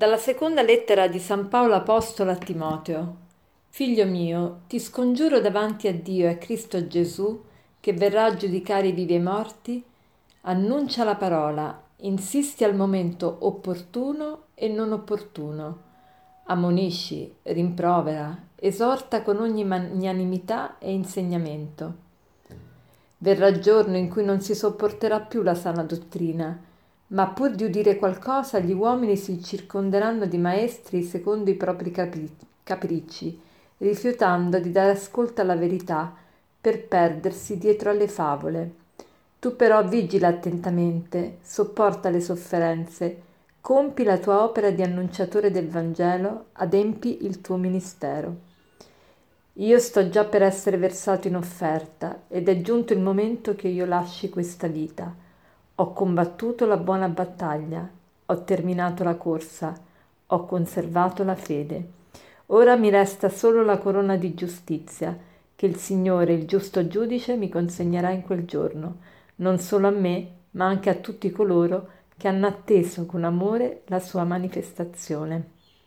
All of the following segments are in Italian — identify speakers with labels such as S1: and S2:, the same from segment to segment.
S1: Dalla seconda lettera di San Paolo Apostolo a Timoteo. Figlio mio, ti scongiuro davanti a Dio e a Cristo Gesù, che verrà a giudicare i vivi e i morti, annuncia la parola, insisti al momento opportuno e non opportuno, ammonisci, rimprovera, esorta con ogni magnanimità e insegnamento. Verrà il giorno in cui non si sopporterà più la sana dottrina, ma pur di udire qualcosa gli uomini si circonderanno di maestri secondo i propri capricci, rifiutando di dare ascolto alla verità per perdersi dietro alle favole. Tu però vigila attentamente, sopporta le sofferenze, compi la tua opera di annunciatore del Vangelo, adempi il tuo ministero. Io sto già per essere versato in offerta ed è giunto il momento che io lasci questa vita. Ho combattuto la buona battaglia, ho terminato la corsa, ho conservato la fede. Ora mi resta solo la corona di giustizia, che il Signore, il giusto giudice, mi consegnerà in quel giorno, non solo a me, ma anche a tutti coloro che hanno atteso con amore la sua manifestazione.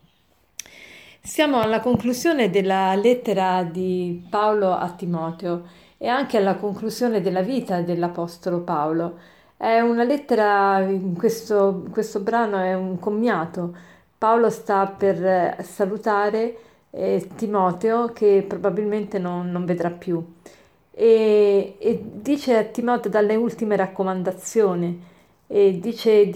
S1: Siamo alla conclusione della lettera di Paolo a Timoteo e anche alla conclusione della vita dell'Apostolo Paolo. È una lettera, in questo brano è un commiato. Paolo sta per salutare Timoteo che probabilmente non vedrà più e dice a Timoteo dalle ultime raccomandazioni e dice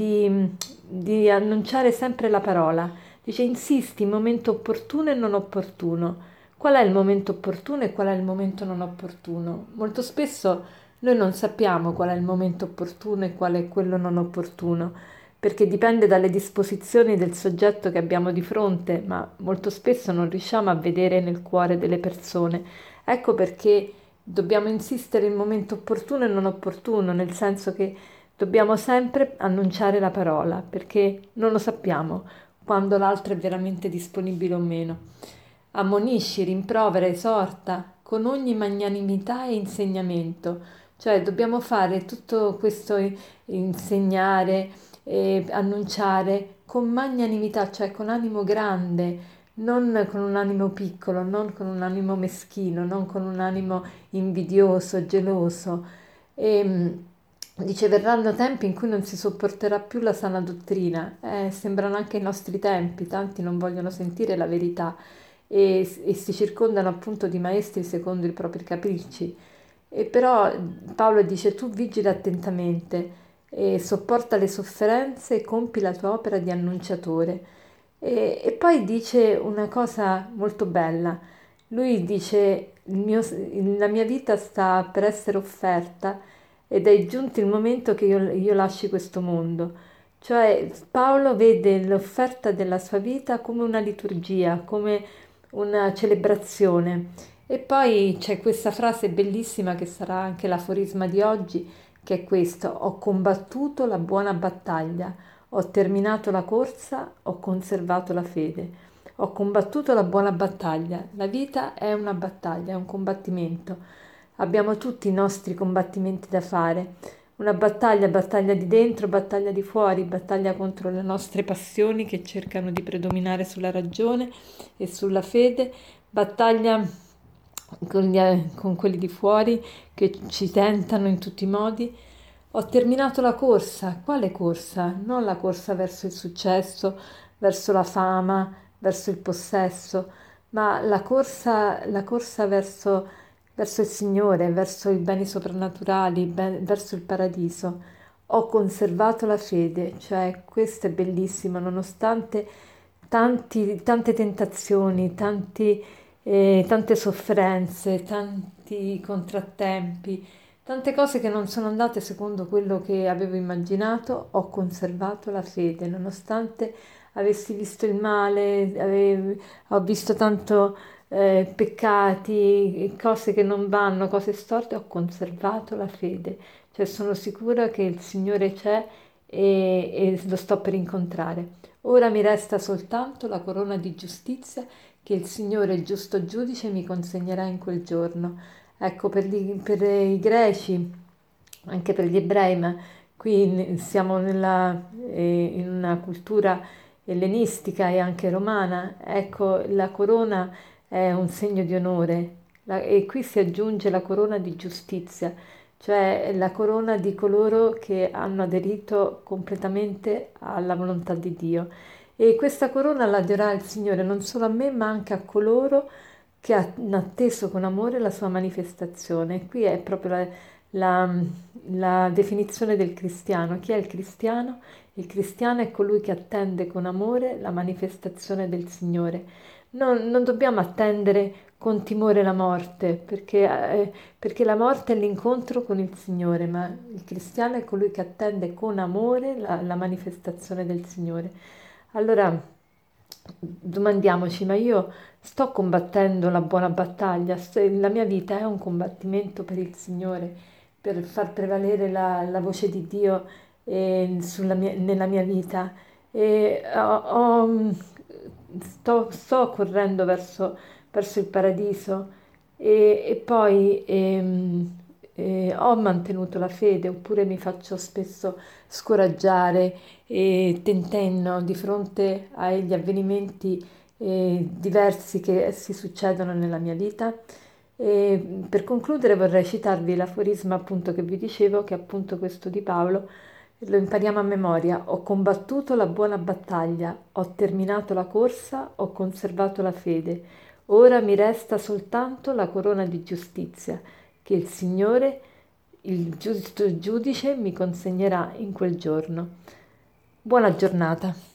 S1: di annunciare sempre la parola. Dice insisti in momento opportuno e non opportuno. Qual è il momento opportuno e qual è il momento non opportuno? Molto spesso noi non sappiamo qual è il momento opportuno e qual è quello non opportuno, perché dipende dalle disposizioni del soggetto che abbiamo di fronte, ma molto spesso non riusciamo a vedere nel cuore delle persone. Ecco perché dobbiamo insistere il momento opportuno e non opportuno, nel senso che dobbiamo sempre annunciare la parola, perché non lo sappiamo quando l'altro è veramente disponibile o meno. Ammonisci, rimprovera, esorta con ogni magnanimità e insegnamento, cioè dobbiamo fare tutto questo insegnare e annunciare con magnanimità, cioè con animo grande, non con un animo piccolo, non con un animo meschino, non con un animo invidioso, geloso. E dice, verranno tempi in cui non si sopporterà più la sana dottrina. Sembrano anche i nostri tempi, tanti non vogliono sentire la verità e si circondano appunto di maestri secondo i propri capricci. E però Paolo dice, tu vigila attentamente e sopporta le sofferenze e compi la tua opera di annunciatore. E poi dice una cosa molto bella. Lui dice, la mia vita sta per essere offerta ed è giunto il momento che io lasci questo mondo. Cioè Paolo vede l'offerta della sua vita come una liturgia, come una celebrazione. E poi c'è questa frase bellissima che sarà anche l'aforisma di oggi, che è questo: ho combattuto la buona battaglia, ho terminato la corsa, ho conservato la fede. Ho combattuto la buona battaglia. La vita è una battaglia, è un combattimento. Abbiamo tutti i nostri combattimenti da fare. Una battaglia, battaglia di dentro, battaglia di fuori, battaglia contro le nostre passioni che cercano di predominare sulla ragione e sulla fede, battaglia con quelli di fuori che ci tentano in tutti i modi. Ho terminato la corsa. Quale corsa? Non la corsa verso il successo, verso la fama, verso il possesso, ma la corsa verso il Signore, verso i beni soprannaturali, verso il paradiso. Ho conservato la fede, cioè questo è bellissimo, nonostante tante tentazioni, tante sofferenze, tanti contrattempi, tante cose che non sono andate secondo quello che avevo immaginato, ho conservato la fede, nonostante avessi visto il male, ho visto tanto peccati, cose che non vanno, cose storte, ho conservato la fede. Cioè sono sicura che il Signore c'è e lo sto per incontrare. Ora mi resta soltanto la corona di giustizia che il Signore, il giusto giudice, mi consegnerà in quel giorno. Ecco, per i greci, anche per gli ebrei, ma qui siamo in una cultura ellenistica e anche romana. Ecco, la corona è un segno di onore e qui si aggiunge la corona di giustizia, cioè la corona di coloro che hanno aderito completamente alla volontà di Dio. E questa corona la darà il Signore non solo a me, ma anche a coloro che hanno atteso con amore la sua manifestazione. Qui è proprio la- la definizione del cristiano. Chi è il cristiano? Il cristiano è colui che attende con amore la manifestazione del Signore. Non dobbiamo attendere con timore la morte, perché la morte è l'incontro con il Signore, ma il cristiano è colui che attende con amore la manifestazione del Signore. Allora, domandiamoci, ma io sto combattendo la buona battaglia? La mia vita è un combattimento per il Signore, per far prevalere la voce di Dio nella mia vita. E sto correndo verso il paradiso e poi ho mantenuto la fede, oppure mi faccio spesso scoraggiare e tentenno di fronte agli avvenimenti diversi che si succedono nella mia vita. E per concludere vorrei citarvi l'aforisma appunto che vi dicevo, che è appunto questo di Paolo, lo impariamo a memoria: ho combattuto la buona battaglia, ho terminato la corsa, ho conservato la fede. Ora mi resta soltanto la corona di giustizia che il Signore, il giusto giudice, mi consegnerà in quel giorno. Buona giornata.